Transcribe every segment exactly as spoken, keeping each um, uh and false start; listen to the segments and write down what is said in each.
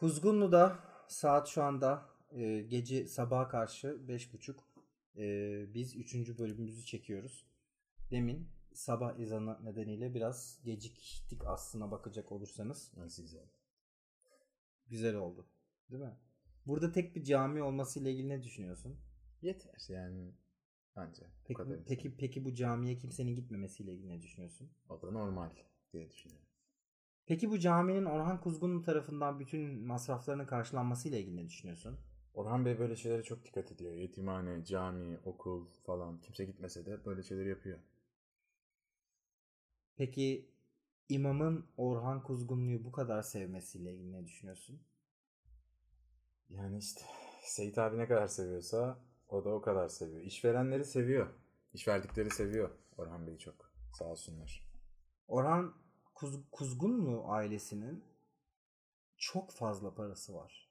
Kuzgunlu'da saat şu anda e, gece sabaha karşı beş buçuk. E, biz üçüncü bölümümüzü çekiyoruz. Demin sabah ezanı nedeniyle biraz geciktik aslına bakacak olursanız. Nasıl güzel. Güzel oldu. Değil mi? Burada tek bir cami olmasıyla ilgili ne düşünüyorsun? Yeter yani bence. Bu Peki, kadar bu- peki, insan. peki bu camiye kimsenin gitmemesiyle ilgili ne düşünüyorsun? O da normal diye düşünüyorum. Peki bu caminin Orhan Kuzgunlu tarafından bütün masraflarının karşılanmasıyla ilgili ne düşünüyorsun? Orhan Bey böyle şeylere çok dikkat ediyor. Yetimhane, cami, okul falan kimse gitmese de böyle şeyleri yapıyor. Peki imamın Orhan Kuzgunlu'yu bu kadar sevmesiyle ilgili ne düşünüyorsun? Yani işte Seyit abi ne kadar seviyorsa o da o kadar seviyor. İşverenleri seviyor. İşverdikleri seviyor Orhan Bey'i çok. Sağ olsunlar. Orhan Kuz- Kuzgunlu ailesinin çok fazla parası var.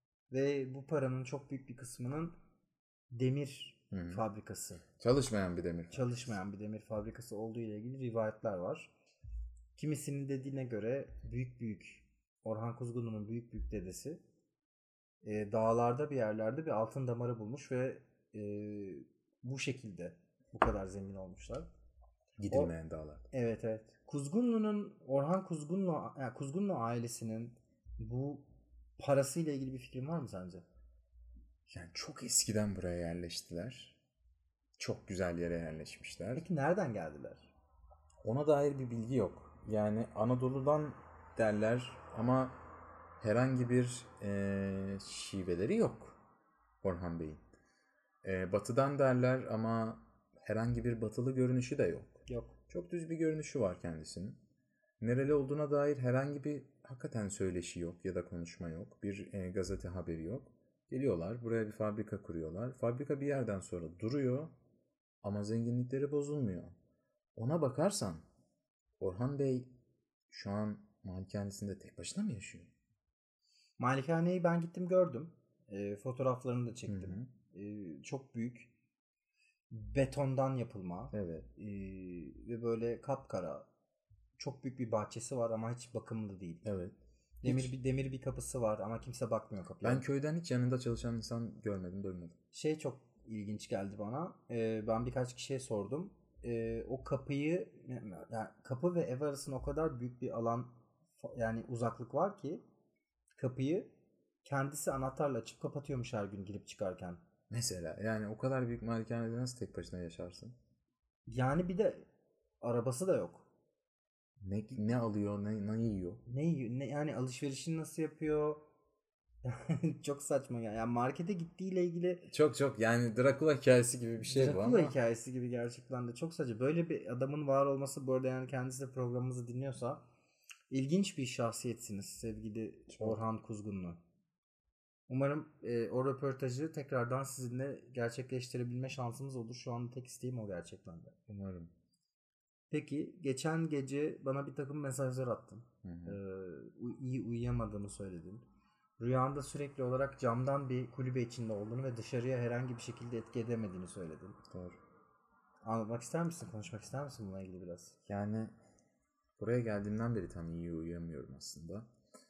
Ve bu paranın çok büyük bir kısmının demir Hı hı. fabrikası, Çalışmayan bir demir. çalışmayan bir demir fabrikası olduğu ile ilgili rivayetler var. Kimisinin dediğine göre büyük büyük Orhan Kuzgunlu'nun büyük büyük dedesi e, dağlarda bir yerlerde bir altın damarı bulmuş ve e, bu şekilde bu kadar zengin olmuşlar. Gidilmeyen dağlar. Evet evet. Kuzgunlu'nun Orhan Kuzgunlu yani Kuzgunlu ailesinin bu parasıyla ilgili bir fikrin var mı sence? Yani çok eskiden buraya yerleştiler. Çok güzel yere yerleşmişler. Peki nereden geldiler? Ona dair bir bilgi yok. Yani Anadolu'dan derler ama herhangi bir e, şiveleri yok Orhan Bey'in. E, batıdan derler ama herhangi bir batılı görünüşü de yok. Yok. Çok düz bir görünüşü var kendisinin. Nereli olduğuna dair herhangi bir hakikaten söyleşi yok ya da konuşma yok. Bir e, gazete haberi yok. Geliyorlar buraya bir fabrika kuruyorlar. Fabrika bir yerden sonra duruyor ama zenginlikleri bozulmuyor. Ona bakarsan Orhan Bey şu an malikanesinde tek başına mı yaşıyor? Malikaneyi ben gittim gördüm. E, fotoğraflarını da Hı çektim. hı. E, çok büyük. Betondan yapılma. Evet. E, ve böyle kapkara. Çok büyük bir bahçesi var ama hiç bakımlı değil. Evet. Demir Hiç. bir demir bir kapısı var ama kimse bakmıyor kapıya. Ben köyden hiç yanında çalışan insan görmedim, duymadım. Şey çok ilginç geldi bana. Ee, ben birkaç kişiye sordum. Ee, o kapıyı yani kapı ve ev arasında o kadar büyük bir alan yani uzaklık var ki kapıyı kendisi anahtarla açıp kapatıyormuş her gün girip çıkarken. Mesela yani o kadar büyük malikanede nasıl tek başına yaşarsın? Yani bir de arabası da yok. Ne, ne alıyor, ne, ne yiyor? Ne, yiyor- ne yani alışverişini nasıl yapıyor? Çok saçma ya. Yani markete gittiğiyle ilgili Çok çok yani Dracula hikayesi gibi bir şey bu Dracula ama. hikayesi gibi gerçekten de çok saçma. Böyle bir adamın var olması bu arada yani kendisi de programımızı dinliyorsa ilginç bir şahsiyetsiniz sevgili Çok. Orhan Kuzgunlu. Umarım e, o röportajı tekrardan sizinle gerçekleştirebilme şansımız olur. Şu an tek isteğim o gerçekten de. Umarım. Peki geçen gece bana bir takım mesajlar attın. Hı hı. Ee, iyi uyuyamadığını söyledin. Rüyanda sürekli olarak camdan bir kulübe içinde olduğunu ve dışarıya herhangi bir şekilde etki edemediğini söyledin. Doğru. Anlatmak ister misin? Konuşmak ister misin bununla ilgili biraz? Yani buraya geldiğimden beri tam iyi uyuyamıyorum aslında.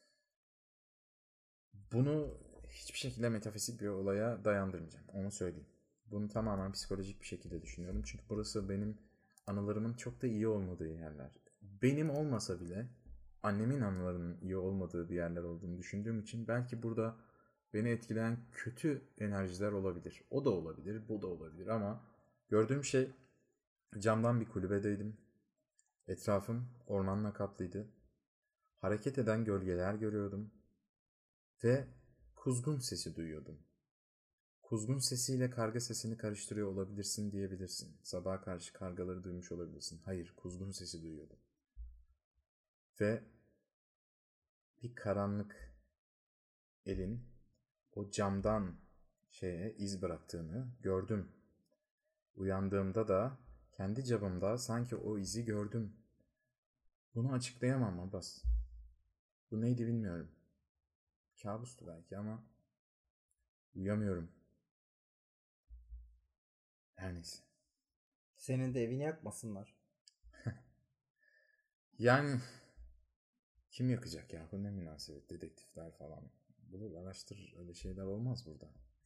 Bunu hiçbir şekilde metafizik bir olaya dayandırmayacağım. Onu söyleyeyim. Bunu tamamen psikolojik bir şekilde düşünüyorum. Çünkü burası benim anılarımın çok da iyi olmadığı yerler. Benim olmasa bile annemin anılarının iyi olmadığı bir yerler olduğunu düşündüğüm için belki burada beni etkileyen kötü enerjiler olabilir. O da olabilir, bu da olabilir ama gördüğüm şey camdan bir kulübedeydim. Etrafım ormanla kaplıydı. Hareket eden gölgeler görüyordum ve kuzgun sesi duyuyordum. Kuzgun sesiyle karga sesini karıştırıyor olabilirsin diyebilirsin. Sabaha karşı kargaları duymuş olabilirsin. Hayır, kuzgun sesi duyuyordum. Ve bir karanlık elin o camdan şeye iz bıraktığını gördüm. Uyandığımda da kendi camımda sanki o izi gördüm. Bunu açıklayamam Abbas. Bu neydi bilmiyorum. Kabustu belki ama uyuyamıyorum. Her neyse. Senin de evini yakmasınlar. Yani kim yakacak ya? Bu ne münasebet, dedektifler falan. Bulur, araştır. Öyle şeyler olmaz burada.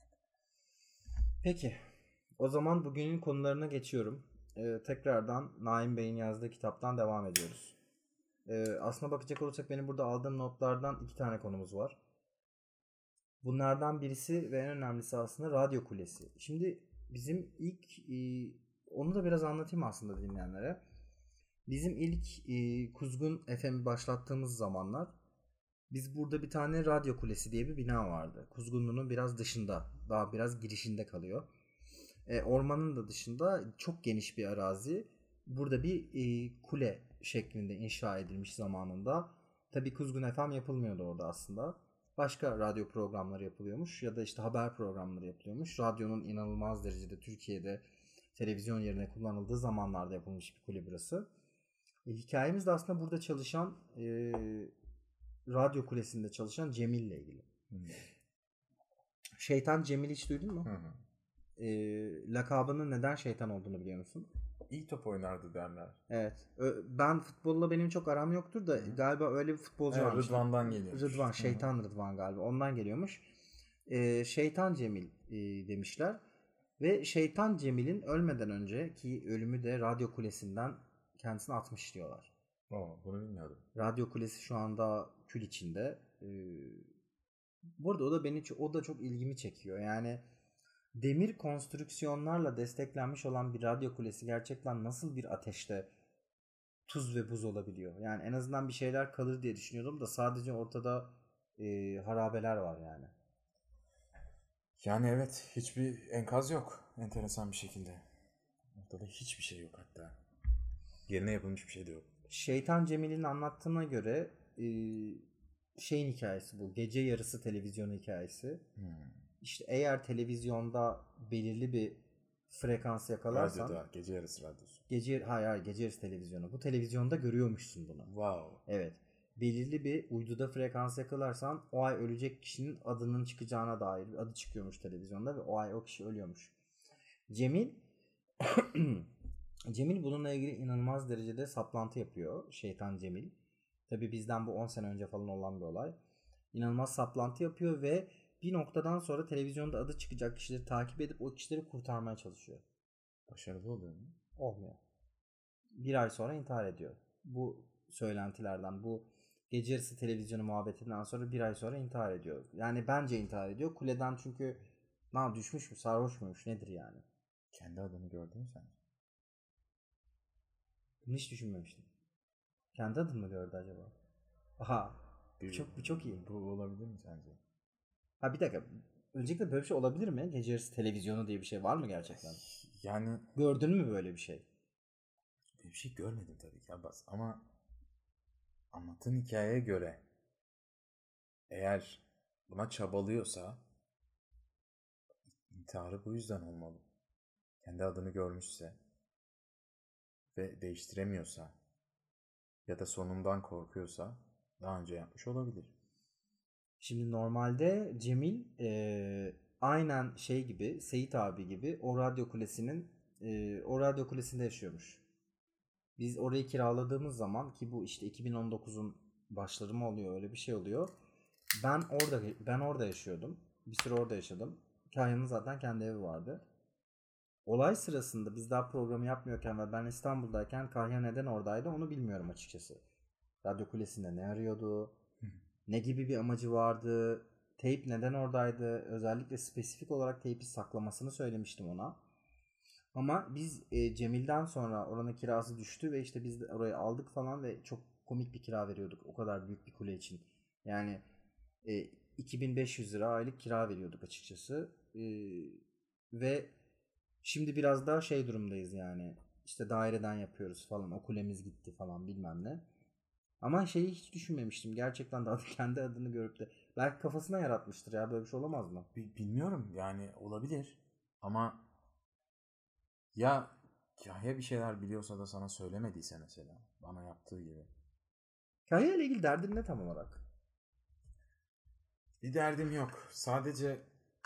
Peki. O zaman bugünün konularına geçiyorum. Ee, tekrardan Naim Bey'in yazdığı kitaptan devam ediyoruz. Ee, aslına bakacak olursak benim burada aldığım notlardan iki tane konumuz var. Bunlardan birisi ve en önemlisi aslında Radyo Kulesi. Şimdi bizim ilk e, onu da biraz anlatayım aslında dinleyenlere. Bizim ilk e, Kuzgun F M'i başlattığımız zamanlar biz burada bir tane Radyo Kulesi diye bir bina vardı. Kuzgunlu'nun biraz dışında, daha biraz girişinde kalıyor. E, ormanın da dışında çok geniş bir arazi. Burada bir e, kule şeklinde inşa edilmiş zamanında. Tabii Kuzgun F M yapılmıyordu orada aslında. Başka radyo programları yapılıyormuş ya da işte haber programları yapılıyormuş. Radyonun inanılmaz derecede Türkiye'de televizyon yerine kullanıldığı zamanlarda yapılmış bir kule burası. E, hikayemiz de aslında burada çalışan e, radyo kulesinde çalışan Cemil ile ilgili. Hmm. Şeytan Cemil hiç duydun mu? Hı hı. E, lakabının neden şeytan olduğunu biliyor musun? İyi top oynardı derler. Evet. Ben futbolla benim çok aram yoktur da Hı. galiba öyle bir futbolcu evet, varmış. Rıdvan'dan geliyormuş. Rıdvan, şeytan Hı. Rıdvan galiba. Ondan geliyormuş. E, şeytan Cemil e, demişler. Ve şeytan Cemil'in ölmeden önce ki ölümü de radyo kulesinden kendisini atmış diyorlar. Oo, bunu bilmiyordum. Radyo kulesi şu anda kül içinde. Ee, bu arada o da beni o da çok ilgimi çekiyor. Yani demir konstrüksiyonlarla desteklenmiş olan bir radyo kulesi gerçekten nasıl bir ateşte tuz ve buz olabiliyor? Yani en azından bir şeyler kalır diye düşünüyordum da sadece ortada e, harabeler var yani. Yani evet, hiçbir enkaz yok enteresan bir şekilde. Ortada hiçbir şey yok hatta. Yerine yapılmış bir şey de yok. Şeytan Cemil'in anlattığına göre e, şeyin hikayesi bu. Gece yarısı televizyon hikayesi. Hmm. İşte eğer televizyonda belirli bir frekans yakalarsan. Radyoda, gece yarısı radyosu. Gece, hayır hayır gece yarısı televizyonu. Bu televizyonda görüyormuşsun bunu. Wow. Evet. Belirli bir uyduda frekans yakalarsan o ay ölecek kişinin adının çıkacağına dair bir adı çıkıyormuş televizyonda ve o ay o kişi ölüyormuş. Cemil Cemil bununla ilgili inanılmaz derecede saplantı yapıyor. Şeytan Cemil. Tabii bizden bu on sene önce falan olan bir olay. İnanılmaz saplantı yapıyor ve bir noktadan sonra televizyonda adı çıkacak kişileri takip edip o kişileri kurtarmaya çalışıyor. Başarılı oluyor mu? Olmuyor. Bir ay sonra intihar ediyor. Bu söylentilerden, bu gece yarısı televizyonu muhabbetinden sonra bir ay sonra intihar ediyor. Yani bence intihar ediyor. Kuleden çünkü na düşmüş mü, sarhoş muymuş, nedir yani? Kendi adını gördün mü sen? Bunu hiç düşünmemiştim. Kendi adını mı gördü acaba? Aha. Bu çok, bu çok iyi. Bu olabilir mi sence? Ha bir dakika. Öncelikle böyle bir şey olabilir mi? Gece yarısı televizyonu diye bir şey var mı gerçekten? Yani gördün mü böyle bir şey? Bir şey görmedim tabii ki Abbas ama anlattığın hikayeye göre eğer buna çabalıyorsa intiharı bu yüzden olmalı. Kendi adını görmüşse ve değiştiremiyorsa ya da sonundan korkuyorsa daha önce yapmış olabilir. Şimdi normalde Cemil e, aynen şey gibi, Seyit abi gibi o radyo kulesinin e, o radyo kulesinde yaşıyormuş. Biz orayı kiraladığımız zaman ki bu işte iki bin on dokuzun başları mı oluyor, öyle bir şey oluyor. Ben orada ben orada yaşıyordum. Bir süre orada yaşadım. Kahya'nın zaten kendi evi vardı. Olay sırasında biz daha programı yapmıyorken ve ben İstanbul'dayken Kahya neden oradaydı onu bilmiyorum açıkçası. Radyo kulesinde ne arıyordu? Ne gibi bir amacı vardı? Teyp neden oradaydı? Özellikle spesifik olarak teypi saklamasını söylemiştim ona. Ama biz e, Cemil'den sonra oranın kirası düştü ve işte biz de orayı aldık falan ve çok komik bir kira veriyorduk o kadar büyük bir kule için. Yani e, iki bin beş yüz lira aylık kira veriyorduk açıkçası. E, ve şimdi biraz daha şey durumdayız yani. İşte daireden yapıyoruz falan. O kulemiz gitti falan bilmem ne. Ama şeyi hiç düşünmemiştim. Gerçekten de adı, kendi adını görüp de belki kafasına yaratmıştır ya. Böyle bir şey olamaz mı? Bilmiyorum yani olabilir. Ama ya Kahya bir şeyler biliyorsa da sana söylemediyse mesela. Bana yaptığı gibi. Kahya ile ilgili derdin ne tam olarak? Bir derdim yok. Sadece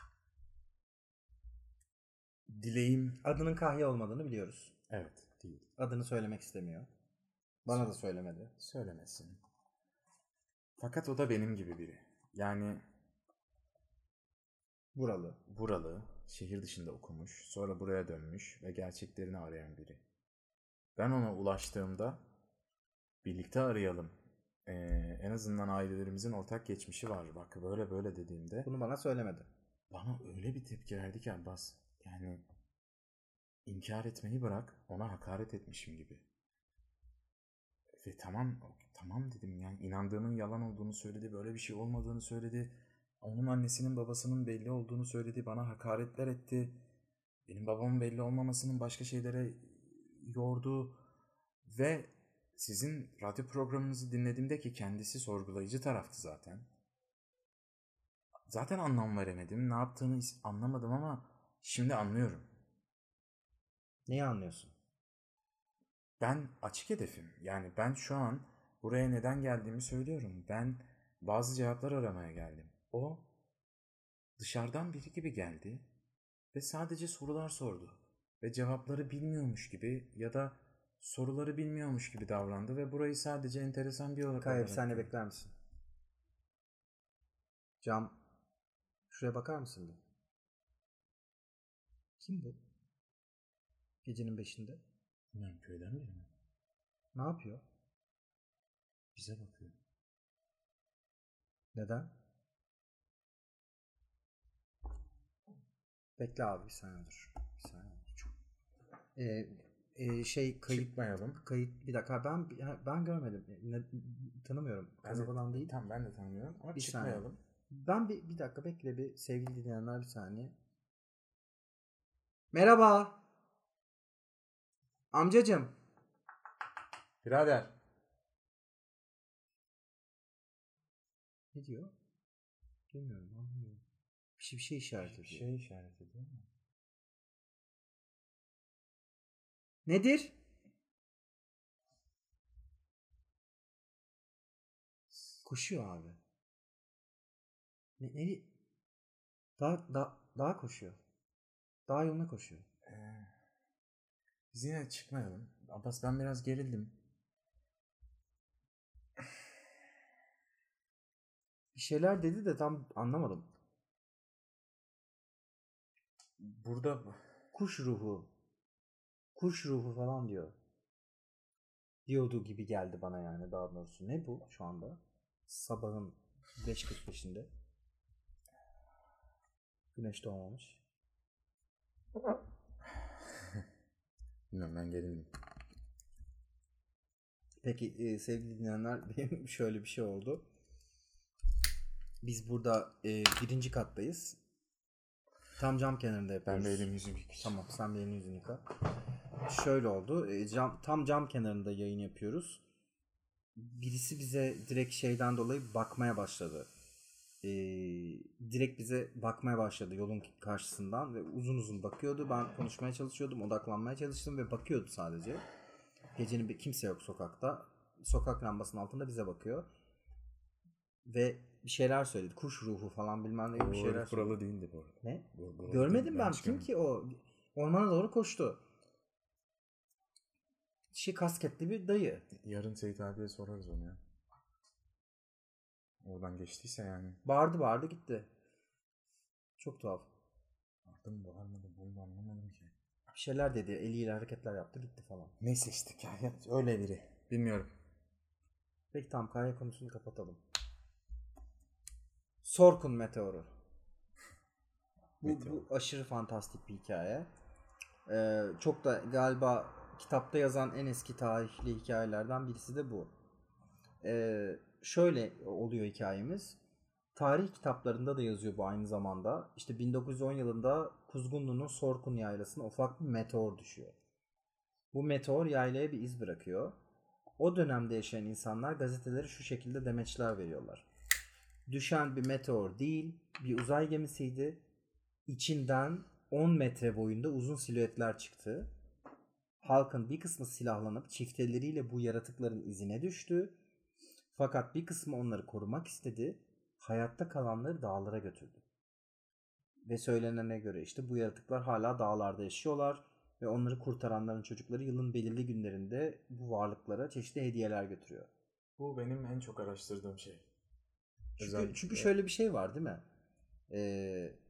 dileğim... Adının Kahya olmadığını biliyoruz. Evet, değil. Adını söylemek istemiyor. Bana da söylemedi. Söylemesin. Fakat o da benim gibi biri. Yani Buralı. Buralı, şehir dışında okumuş, sonra buraya dönmüş ve gerçeklerini arayan biri. Ben ona ulaştığımda birlikte arayalım. Ee, en azından ailelerimizin ortak geçmişi var. Bak böyle böyle dediğimde Bunu bana söylemedi. bana öyle bir tepki verdi ki Abbas. Yani inkar etmeyi bırak, ona hakaret etmişim gibi. Ve tamam, tamam dedim yani inandığının yalan olduğunu söyledi, böyle bir şey olmadığını söyledi. Onun annesinin babasının belli olduğunu söyledi, bana hakaretler etti. Benim babamın belli olmamasının başka şeylere yordu. Ve sizin radyo programınızı dinlediğimde ki kendisi sorgulayıcı taraftı zaten. Zaten anlam veremedim, ne yaptığını anlamadım ama şimdi anlıyorum. Neyi anlıyorsun? Ben açık hedefim. Yani ben şu an buraya neden geldiğimi söylüyorum. Ben bazı cevaplar aramaya geldim. O dışarıdan biri gibi geldi ve sadece sorular sordu. Ve cevapları bilmiyormuş gibi ya da soruları bilmiyormuş gibi davrandı ve burayı sadece enteresan bir olarak Kaya bir olarak saniye gördü. bekler misin? Cam. Şuraya bakar mısın bir? Kim bu? Gecenin beşinde. Bilmiyorum, köyden biri mi? Ne yapıyor? Bize bakıyor. Neden? Bekle abi bir saniye dur. Bir saniye. Çok... Ee, e, şey kayıt Çıkmayalım. kayıt bir dakika ben ben görmedim. Ne, tanımıyorum. Ben Konu de- falan değil. Tamam, ben de tanımıyorum ama Bir saniye. çıkmayalım. Ben bir, bir dakika bekle bir sevgili dinleyenler bir saniye. Merhaba. Amcacım. Birader. Ne diyor? Bilmiyorum anlamıyorum. Bir şey, bir şey işaret Bir ediyor. şey işaret ediyor mu? Nedir? Koşuyor abi. Ne, ne? Daha, daha, daha koşuyor. Daha yoluna koşuyor. Ee, biz yine çıkmayalım. Abbas, ben biraz gerildim. Bir şeyler dedi de tam anlamadım. Burada Kuş ruhu. Kuş ruhu falan diyor. Diyordu gibi geldi bana yani daha doğrusu. Ne bu şu anda? Sabahın beş kırk beşinde. Güneş doğmamış. bilmiyorum, ben gerildim. Peki e, sevgili dinleyenler benim şöyle bir şey oldu. Biz burada e, birinci kattayız. Tam cam kenarında yapıyoruz. Ben de elimi yüzümü yıkayacağım. Tamam sen bir elini yüzünü yıka. Şöyle oldu. E, cam, tam cam kenarında yayın yapıyoruz. Birisi bize direkt şeyden dolayı bakmaya başladı. E, direkt bize bakmaya başladı yolun karşısından ve uzun uzun bakıyordu. Ben konuşmaya çalışıyordum, odaklanmaya çalıştım ve bakıyordu sadece. Gecenin bir kimse yok sokakta. Sokak lambasının altında bize bakıyor. Ve bir şeyler söyledi. Kuş ruhu falan bilmem ne gibi bir şeyler söyledi. Buralı değildi bu arada. Ne? Bu- buralı Görmedim değil, ben. hiç Kim görmedim. ki o? Ormana doğru koştu. Şey kasketli bir dayı. Yarın Seyit abiye sorarız onu ya. Oradan geçtiyse yani. Bağırdı bağırdı gitti. Çok tuhaf. Bağırdı mı bağırmadı bunu da anlamadım ki. Bir şeyler dedi. Eliyle hareketler yaptı gitti falan. Neyse işte ya, öyle biri. Bilmiyorum. Peki tamam Kaya konusunu kapatalım. Sorkun Meteoru. Bu, Meteor. bu aşırı fantastik bir hikaye. Ee, çok da galiba kitapta yazan en eski tarihli hikayelerden birisi de bu. Ee, şöyle oluyor hikayemiz. Tarih kitaplarında da yazıyor bu aynı zamanda. İşte bin dokuz yüz on yılında Kuzgunlu'nun Sorkun yaylasına ufak bir meteor düşüyor. Bu meteor yaylaya bir iz bırakıyor. O dönemde yaşayan insanlar gazetelere şu şekilde demeçler veriyorlar. Düşen bir meteor değil, bir uzay gemisiydi. İçinden on metre boyunda uzun silüetler çıktı. Halkın bir kısmı silahlanıp çifteleriyle bu yaratıkların izine düştü. Fakat bir kısmı onları korumak istedi. Hayatta kalanları dağlara götürdü. Ve söylenene göre işte bu yaratıklar hala dağlarda yaşıyorlar. Ve onları kurtaranların çocukları yılın belirli günlerinde bu varlıklara çeşitli hediyeler götürüyor. Bu benim en çok araştırdığım şey. Çünkü, Özellikle- çünkü şöyle bir şey var değil mi? Ee,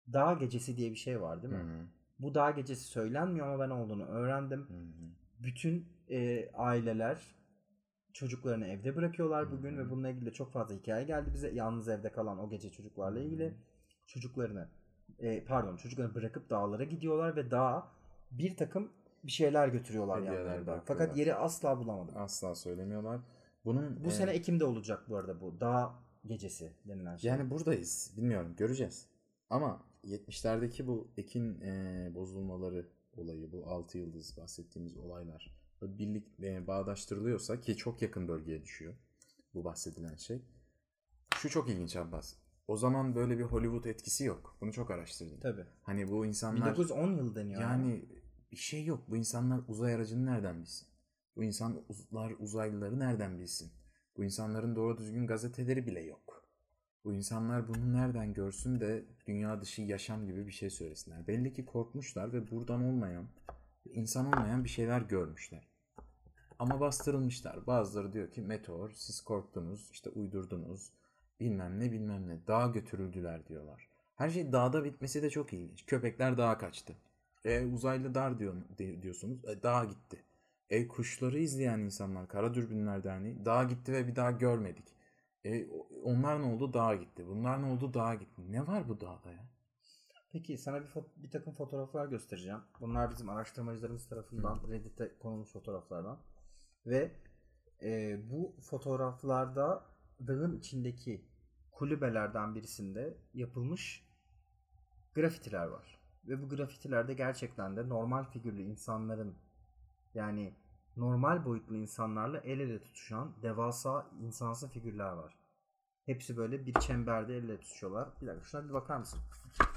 dağ gecesi diye bir şey var değil mi? Hı-hı. Bu dağ gecesi söylenmiyor ama ben olduğunu öğrendim. Hı-hı. Bütün e, aileler çocuklarını evde bırakıyorlar bugün Hı-hı. ve bununla ilgili de çok fazla hikaye geldi bize. Yalnız evde kalan o gece çocuklarla Hı-hı. ilgili çocuklarını e, pardon çocuklarını bırakıp dağlara gidiyorlar ve dağa bir takım bir şeyler götürüyorlar Hediyeler yanlarında. bırakıyorlar. Fakat yeri asla bulamadım. Asla söylemiyorlar. Bunun Bu e, sene Ekim'de olacak bu arada bu dağ gecesi denilen şey. yani buradayız. Bilmiyorum, göreceğiz. Ama yetmişlerdeki bu ekin e, bozulmaları olayı, bu altı yıldız bahsettiğimiz olaylar birlik e, bağdaştırılıyorsa, ki çok yakın bölgeye düşüyor bu bahsedilen şey. Şu çok ilginç Abbas. O zaman böyle bir Hollywood etkisi yok. Bunu çok araştırdım. Tabii. Hani bu insanlar... bin dokuz yüz on yıl deniyor. Yani ya. bir şey yok. Bu insanlar uzay aracını nereden bilsin? Bu insanlar uzaylıları nereden bilsin? Bu insanların doğru düzgün gazeteleri bile yok. Bu insanlar bunu nereden görsün de dünya dışı yaşam gibi bir şey söylesinler. Belli ki korkmuşlar ve buradan olmayan, insan olmayan bir şeyler görmüşler. Ama bastırılmışlar. Bazıları diyor ki meteor, siz korktunuz, işte uydurdunuz, bilmem ne bilmem ne. Dağa götürüldüler diyorlar. Her şey dağda bitmesi de çok ilginç. Köpekler dağa kaçtı. E uzaylı dar diyor, diyorsunuz. E, dağa gitti. E kuşları izleyen insanlar, kara dürbünlerde hani dağa gitti ve bir daha görmedik. E onlar ne oldu? Dağa gitti. Bunlar ne oldu? Dağa gitti. Ne var bu dağda ya? Peki sana bir, fo- bir takım fotoğraflar göstereceğim. Bunlar bizim araştırmacılarımız tarafından Hı. Reddit'e konulmuş fotoğraflardan. Ve e, bu fotoğraflarda dağın içindeki kulübelerden birisinde yapılmış grafitiler var. Ve bu grafitilerde gerçekten de normal figürlü insanların, yani normal boyutlu insanlarla el ele tutuşan devasa insansı figürler var. Hepsi böyle bir çemberde el ele tutuşuyorlar. Bir dakika şuna bir bakar mısın?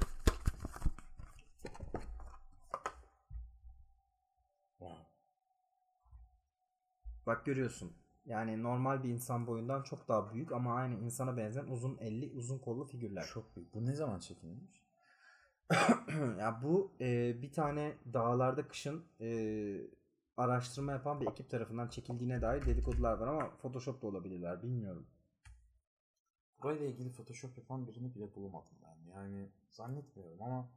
Bak görüyorsun. Yani normal bir insan boyundan çok daha büyük ama aynı insana benzeyen uzun elli, uzun kollu figürler. Çok büyük. Bu ne zaman çekilmiş? Ya bu e, bir tane dağlarda kışın e, araştırma yapan bir ekip tarafından çekildiğine dair dedikodular var ama Photoshop da olabilirler, bilmiyorum. Burayla ilgili Photoshop yapan birini bile bulamadım ben. Yani zannetmiyorum ama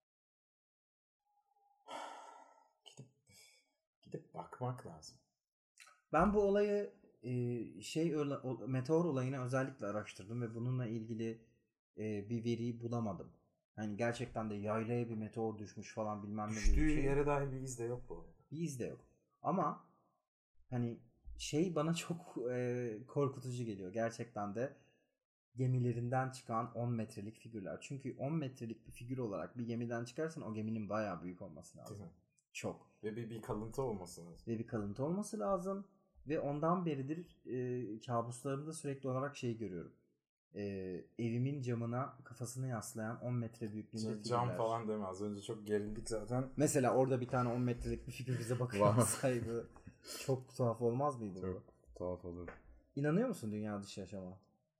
gidip gidip bakmak lazım. Ben bu olayı e, şey meteor olayını özellikle araştırdım ve bununla ilgili e, bir veri bulamadım. Hani gerçekten de yaylaya bir meteor düşmüş falan bilmem ne gibi bir Düştüğü şey. yere dair bir iz de yok bu arada. Bir iz de yok. Ama hani şey bana çok e, korkutucu geliyor. Gerçekten de gemilerinden çıkan on metrelik figürler. Çünkü on metrelik bir figür olarak bir gemiden çıkarsan o geminin bayağı büyük olması lazım. Değil mi? Çok. Ve bir, bir kalıntı olması lazım. Ve bir kalıntı olması lazım. Ve ondan beridir e, kabuslarımda sürekli olarak şey görüyorum. E, evimin camına kafasını yaslayan on metre büyüklüğünde Cam, figürler. cam falan deme. Az önce çok gerildik zaten. Mesela orada bir tane on metrelik bir figür bize bakıyor olsaydı çok tuhaf olmaz mıydı çok bu? tuhaf olur. İnanıyor musun dünya dışı yaşama?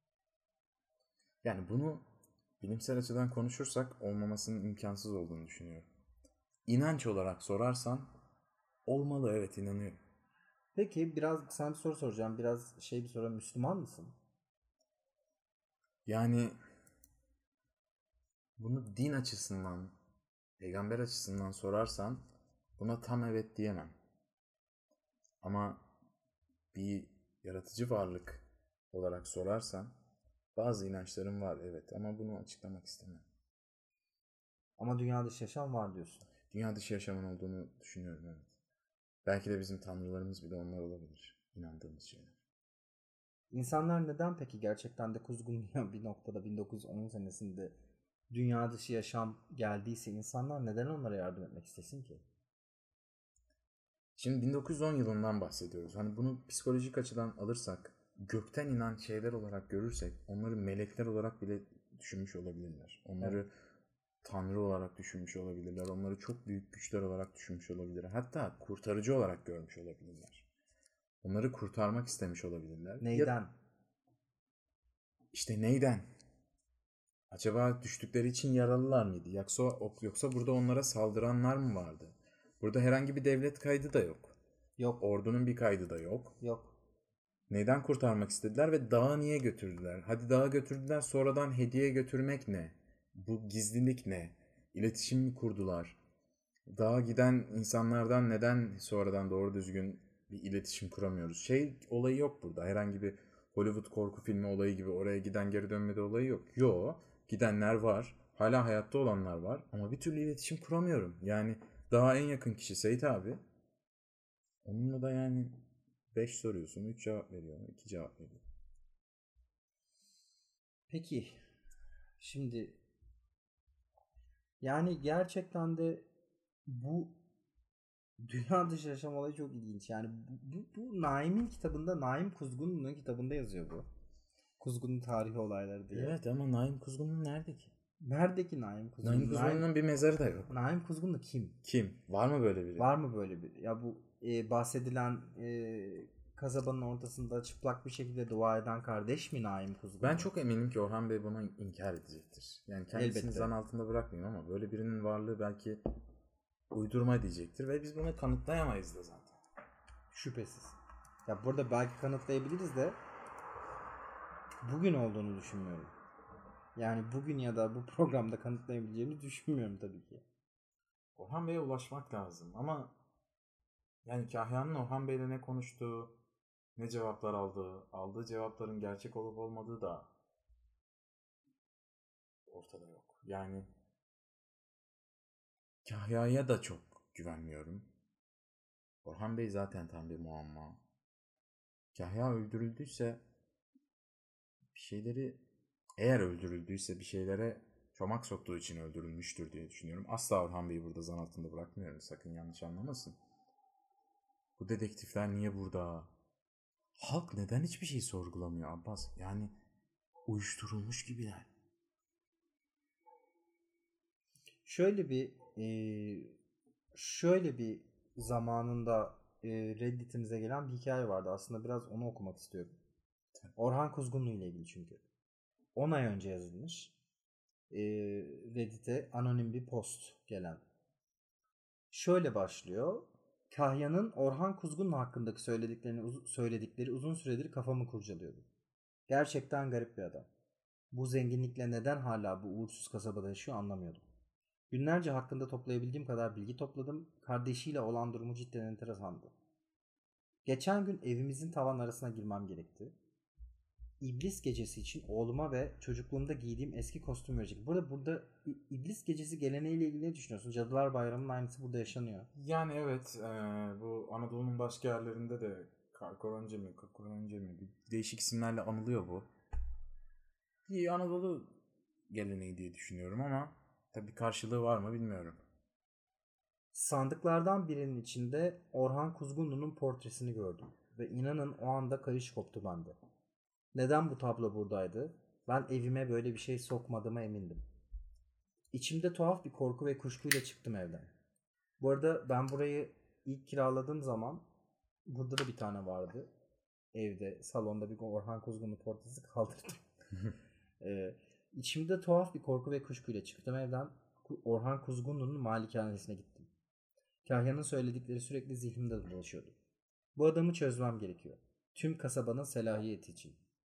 Yani bunu bilimsel açıdan konuşursak olmamasının imkansız olduğunu düşünüyorum. İnanç olarak sorarsan olmalı, evet, inanıyorum. Peki biraz sana bir soru soracağım. Biraz şey bir soru. Müslüman mısın? Yani bunu din açısından, peygamber açısından sorarsan buna tam evet diyemem. Ama bir yaratıcı varlık olarak sorarsan bazı inançlarım var, evet, ama bunu açıklamak istemem. Ama dünya dışı yaşam var diyorsun. Dünya dışı yaşamın olduğunu düşünüyorum, evet. Belki de bizim tanrılarımız bile onlar olabilir. İnandığımız şeyler. İnsanlar neden peki gerçekten de kuzgunlayan bir noktada bin dokuz yüz on senesinde dünya dışı yaşam geldiyse insanlar neden onlara yardım etmek istesin ki? Şimdi bin dokuz yüz on yılından bahsediyoruz. Hani bunu psikolojik açıdan alırsak, gökten inen şeyler olarak görürsek, onları melekler olarak bile düşünmüş olabilirler. Onları evet. Tanrı olarak düşünmüş olabilirler. Onları çok büyük güçler olarak düşünmüş olabilirler. Hatta kurtarıcı olarak görmüş olabilirler. Onları kurtarmak istemiş olabilirler. Neyden? Ya, işte neyden? Acaba düştükleri için yaralılar mıydı? Yoksa, yoksa burada onlara saldıranlar mı vardı? Burada herhangi bir devlet kaydı da yok. Yok. Ordunun bir kaydı da yok. Yok. Neden kurtarmak istediler ve dağa niye götürdüler? Hadi dağa götürdüler, sonradan hediye götürmek ne? Bu gizlilik ne? İletişim mi kurdular? Dağa giden insanlardan neden sonradan doğru düzgün bir iletişim kuramıyoruz? Şey olayı yok burada. Herhangi bir Hollywood korku filmi olayı gibi oraya giden geri dönmede olayı yok. Yo, gidenler var. Hala hayatta olanlar var. Ama bir türlü iletişim kuramıyorum. Yani daha en yakın kişi Seyit abi. Onunla da yani beş soruyorsun, üç cevap veriyor, iki cevap veriyor. Peki şimdi yani gerçekten de bu dünya dışı yaşam olayı çok ilginç. Yani bu, bu, bu Naim'in kitabında, Naim Kuzgun'un kitabında yazıyor bu. Kuzgun'un tarihi olayları diye. Evet ama Naim Kuzgun'un nerede ki? Nerede ki Naim Kuzgun? Naim Kuzgun'un Naim, bir mezarı da yok. Naim Kuzgun da kim? Kim? Var mı böyle biri? Var mı böyle biri? Ya bu e, bahsedilen e, kasabanın ortasında çıplak bir şekilde dua eden kardeş mi Naim Kuzgun? Ben çok eminim ki Orhan Bey bunu inkar edecektir. Yani kendisini Elbette. zan altında bırakmayayım ama böyle birinin varlığı belki uydurma diyecektir ve biz bunu kanıtlayamayız da zaten. Şüphesiz. Ya burada belki kanıtlayabiliriz de bugün olduğunu düşünmüyorum. Yani bugün ya da bu programda kanıtlayabileceğimi düşünmüyorum tabii ki. Orhan Bey'e ulaşmak lazım ama yani Kahya'nın Orhan Bey'le ne konuştuğu, ne cevaplar aldığı, aldığı cevapların gerçek olup olmadığı da ortada yok. Yani Kahya'ya da çok güvenmiyorum. Orhan Bey zaten tam bir muamma. Kahya öldürüldüyse bir şeyleri, eğer öldürüldüyse bir şeylere çomak soktuğu için öldürülmüştür diye düşünüyorum. Asla Orhan Bey'i burada zan altında bırakmıyorum. Sakın yanlış anlamasın. Bu dedektifler niye burada? Halk neden hiçbir şey sorgulamıyor Abbas? Yani uyuşturulmuş gibiler. Şöyle bir e, şöyle bir zamanında e, Reddit'imize gelen bir hikaye vardı. Aslında biraz onu okumak istiyorum. Orhan Kuzgunlu ile ilgili çünkü. on ay önce yazılmış. E, Reddit'e anonim bir post gelen. Şöyle başlıyor. Kahya'nın Orhan Kuzgunlu hakkındaki söylediklerini uz- söyledikleri uzun süredir kafamı kurcalıyordu. Gerçekten garip bir adam. Bu zenginlikle neden hala bu uğursuz kasabada yaşıyor anlamıyordum. Günlerce hakkında toplayabildiğim kadar bilgi topladım. Kardeşiyle olan durumu cidden enteresandı. Geçen gün evimizin tavan arasına girmem gerekti. İblis gecesi için oğluma ve çocukluğumda giydiğim eski kostüm verecek. Burada burada İblis gecesi geleneğiyle ilgili ne düşünüyorsun? Cadılar Bayramı'nın aynısı burada yaşanıyor. Yani evet, e, bu Anadolu'nun başka yerlerinde de Karkoronce mi, Kakoronce mi bir değişik isimlerle anılıyor bu. Bir Anadolu geleneği diye düşünüyorum ama tabii karşılığı var mı bilmiyorum. Sandıklardan birinin içinde Orhan Kuzgunlu'nun portresini gördüm. Ve inanın o anda kayış koptu bende. Neden bu tablo buradaydı? Ben evime böyle bir şey sokmadığıma emindim. İçimde tuhaf bir korku ve kuşkuyla çıktım evden. Bu arada ben burayı ilk kiraladığım zaman burada da bir tane vardı. Evde, salonda bir Orhan Kuzgunlu portresi kaldırdım. ee, içimde tuhaf bir korku ve kuşkuyla çıktım evden. Orhan Kuzgunlu'nun malikanesine gittim. Kahya'nın söyledikleri sürekli zihnimde dolaşıyordu. Bu adamı çözmem gerekiyor. Tüm kasabanın selahiyeti için.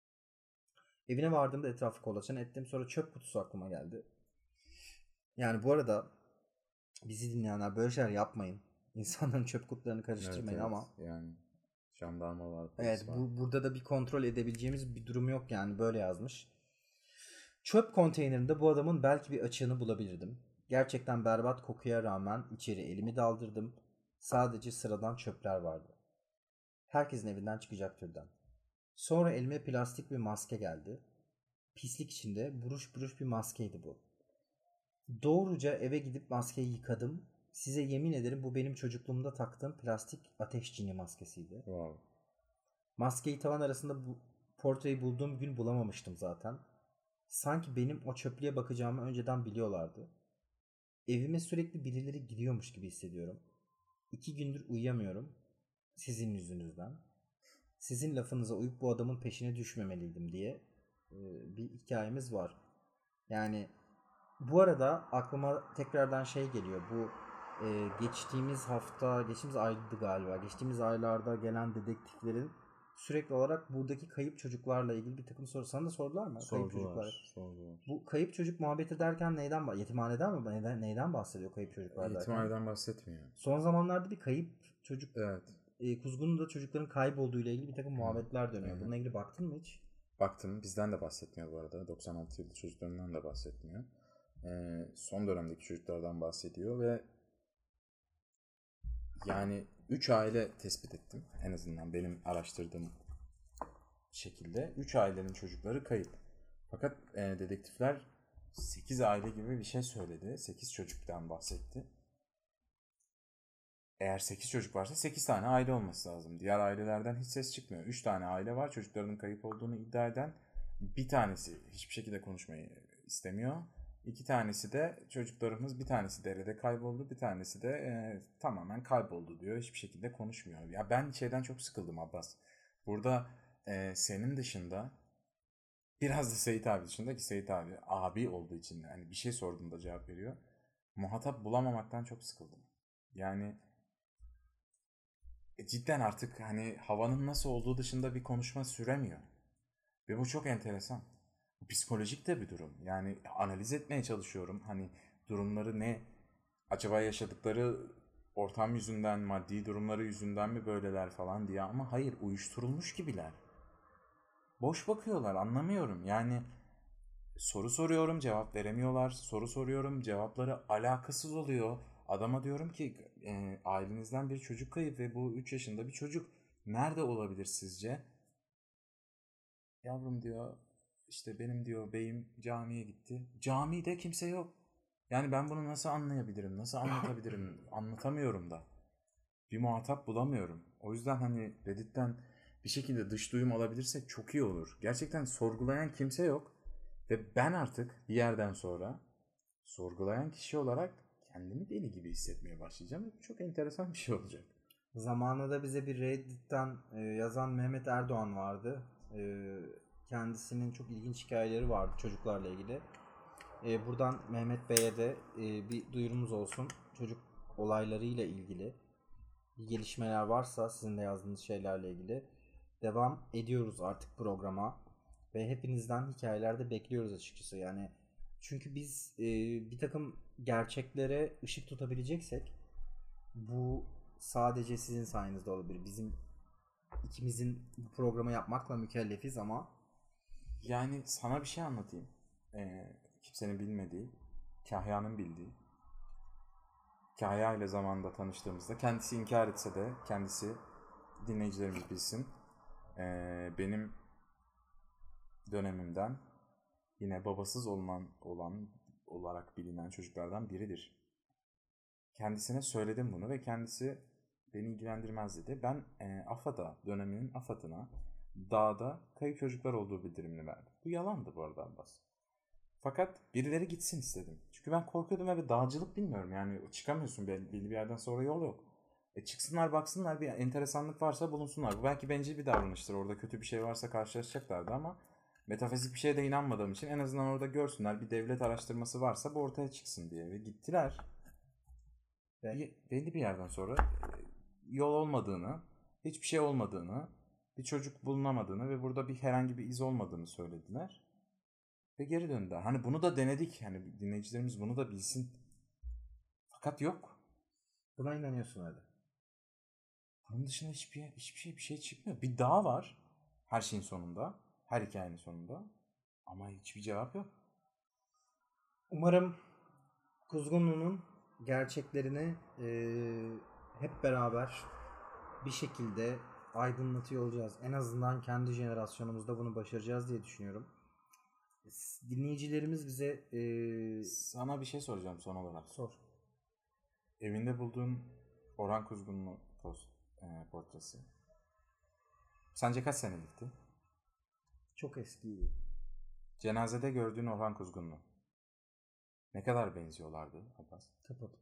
Evine vardığımda etrafı kolaçan ettim. Sonra çöp kutusu aklıma geldi. Yani bu arada bizi dinleyenler böyle şeyler yapmayın. İnsanların çöp kutularını karıştırmayın Evet, evet. ama. Yani jandarma var, polis Evet var. bu, burada da bir kontrol edebileceğimiz bir durum yok yani böyle yazmış. Çöp konteynerinde bu adamın belki bir açığını bulabilirdim. Gerçekten berbat kokuya rağmen içeri elimi daldırdım. Sadece sıradan çöpler vardı. Herkesin evinden çıkacak türden. Sonra elime plastik bir maske geldi. Pislik içinde buruş buruş bir maskeydi bu. Doğruca eve gidip maskeyi yıkadım. Size yemin ederim bu benim çocukluğumda taktığım plastik ateş cini maskesiydi. Wow. Maskeyi tavan arasında bu portreyi bulduğum gün bulamamıştım zaten. Sanki benim o çöplüğe bakacağımı önceden biliyorlardı. Evime sürekli birileri giriyormuş gibi hissediyorum. İki gündür uyuyamıyorum. Sizin yüzünüzden. Sizin lafınıza uyup bu adamın peşine düşmemeliydim diye bir hikayemiz var. Yani bu arada aklıma tekrardan şey geliyor. Bu e, geçtiğimiz hafta, geçtiğimiz aydı galiba. Geçtiğimiz aylarda gelen dedektiflerin sürekli olarak buradaki kayıp çocuklarla ilgili bir takım soru. Sana da sordular mı? Kayıp çocuklar. Sordular. Sordular. Bu kayıp çocuk muhabbeti derken neyden bah- yetimhaneden mi? Neyden, neyden bahsediyor kayıp çocuklar derken? Yetimhaneden bahsetmiyor. Son zamanlarda bir kayıp çocuk Evet. e, Kuzgunlu'da çocukların kaybolduğu ile ilgili bir takım muhabbetler dönüyor. Hı. Bununla ilgili baktın mı hiç? Baktım. Bizden de bahsetmiyor bu arada. doksan altı yıllık çocuklarından da bahsetmiyor. Ee, son dönemdeki çocuklardan bahsediyor ve yani üç aile tespit ettim. En azından benim araştırdığım şekilde. üç ailenin çocukları kayıp. Fakat e, dedektifler sekiz aile gibi bir şey söyledi. sekiz çocuktan bahsetti. Eğer sekiz çocuk varsa sekiz tane aile olması lazım. Diğer ailelerden hiç ses çıkmıyor. üç tane aile var çocuklarının kayıp olduğunu iddia eden. Bir tanesi hiçbir şekilde konuşmayı istemiyor. İki tanesi de çocuklarımız, bir tanesi derede kayboldu, bir tanesi de e, tamamen kayboldu diyor. Hiçbir şekilde konuşmuyor. Ya ben şeyden çok sıkıldım Abbas. Burada e, senin dışında biraz da Seyit abi dışında, ki Seyit abi abi olduğu için hani bir şey sorduğunda cevap veriyor. Muhatap bulamamaktan çok sıkıldım. Yani e, cidden artık hani havanın nasıl olduğu dışında bir konuşma süremiyor. Ve bu çok enteresan. Bu psikolojik de bir durum. Yani analiz etmeye çalışıyorum. Hani durumları ne? Acaba yaşadıkları ortam yüzünden, maddi durumları yüzünden mi böyleler falan diye. Ama hayır, uyuşturulmuş gibiler. Boş bakıyorlar, anlamıyorum. Yani soru soruyorum, cevap veremiyorlar. Soru soruyorum, cevapları alakasız oluyor. Adama diyorum ki e, ailenizden bir çocuk kayıp ve bu üç yaşında bir çocuk. Nerede olabilir sizce? Yavrum diyor, işte benim diyor beyim camiye gitti. Camide kimse yok. Yani ben bunu nasıl anlayabilirim, nasıl anlatabilirim? Anlatamıyorum da. Bir muhatap bulamıyorum. O yüzden hani Reddit'ten bir şekilde dış duyum alabilirsek çok iyi olur. Gerçekten sorgulayan kimse yok. Ve ben artık bir yerden sonra sorgulayan kişi olarak kendimi deli gibi hissetmeye başlayacağım. Bu çok enteresan bir şey olacak. Zamanında bize bir Reddit'ten e, yazan Mehmet Erdoğan vardı. E, kendisinin çok ilginç hikayeleri vardı çocuklarla ilgili. E, buradan Mehmet Bey'e de e, bir duyurumuz olsun. Çocuk olaylarıyla ilgili bir gelişmeler varsa sizin de yazdığınız şeylerle ilgili devam ediyoruz artık programa. Ve hepinizden hikayeler de bekliyoruz açıkçası. Yani çünkü biz e, bir takım gerçeklere ışık tutabileceksek bu sadece sizin sayenizde olabilir. Bizim ikimizin bu programı yapmakla mükellefiz ama Yani sana bir şey anlatayım. Ee, kimsenin bilmediği, Kahya'nın bildiği. Kahya ile zamanında tanıştığımızda kendisi inkar etse de kendisi, dinleyicilerimiz bilsin. Ee, benim dönemimden yine babasız olunan olan olarak bilinen çocuklardan biridir. Kendisine söyledim bunu ve kendisi beni ilgilendirmez dedi. Ben e, AFAD'a, döneminin AFAD'ına dağda kayıp çocuklar olduğu bildirimini verdim. Bu yalandı bu arada Abbas. Fakat birileri gitsin istedim. Çünkü ben korkuyordum ve dağcılık bilmiyorum. Yani çıkamıyorsun, belli bir yerden sonra yol yok. E çıksınlar baksınlar, bir enteresanlık varsa bulunsunlar. Bu belki bencil bir davranıştır. Orada kötü bir şey varsa karşılaşacaklardı ama metafizik bir şeye de inanmadığım için en azından orada görsünler, bir devlet araştırması varsa bu ortaya çıksın diye. Ve gittiler. Ve belli bir yerden sonra yol olmadığını, hiçbir şey olmadığını, bir çocuk bulunamadığını ve burada bir herhangi bir iz olmadığını söylediler. Ve geri döndüler. Hani bunu da denedik. Hani dinleyicilerimiz bunu da bilsin. Fakat yok. buna inanıyorsun öyle. Bunun dışında hiçbir, hiçbir şey bir şey çıkmıyor. Bir dağ var her şeyin sonunda. Her hikayenin sonunda. Ama hiçbir cevap yok. Umarım Kuzgunlu'nun gerçeklerini e, hep beraber bir şekilde aydınlatıyor olacağız. En azından kendi jenerasyonumuzda bunu başaracağız diye düşünüyorum. Dinleyicilerimiz bize e, Sana bir şey soracağım son olarak. sor. Evinde bulduğun Orhan Kuzgunlu post, e, portresi. Sence kaç senelikti? Çok eskiydi. Cenazede gördüğün Orhan Kuzgunlu. Ne kadar benziyorlardı Abbas? Tıpatıp.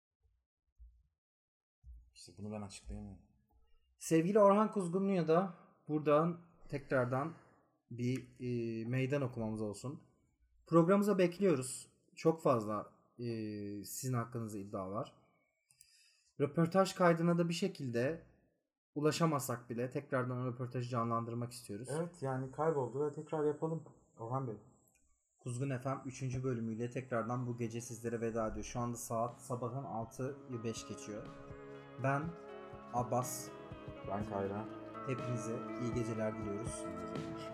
İşte bunu ben açıklayamıyorum. Sevgili Orhan Kuzgunlu'ya da buradan tekrardan bir e, meydan okumamız olsun. Programımıza bekliyoruz. Çok fazla e, sizin hakkınızda iddia var. Röportaj kaydına da bir şekilde ulaşamasak bile tekrardan o röportajı canlandırmak istiyoruz. Evet, yani kayboldu ve tekrar yapalım Orhan Bey. Kuzgun F M üçüncü bölümüyle tekrardan bu gece sizlere veda ediyor. Şu anda saat sabahın altı beş geçiyor. Ben Abbas. Ben Kayra. Hepinize iyi geceler diliyoruz. İyi geceler.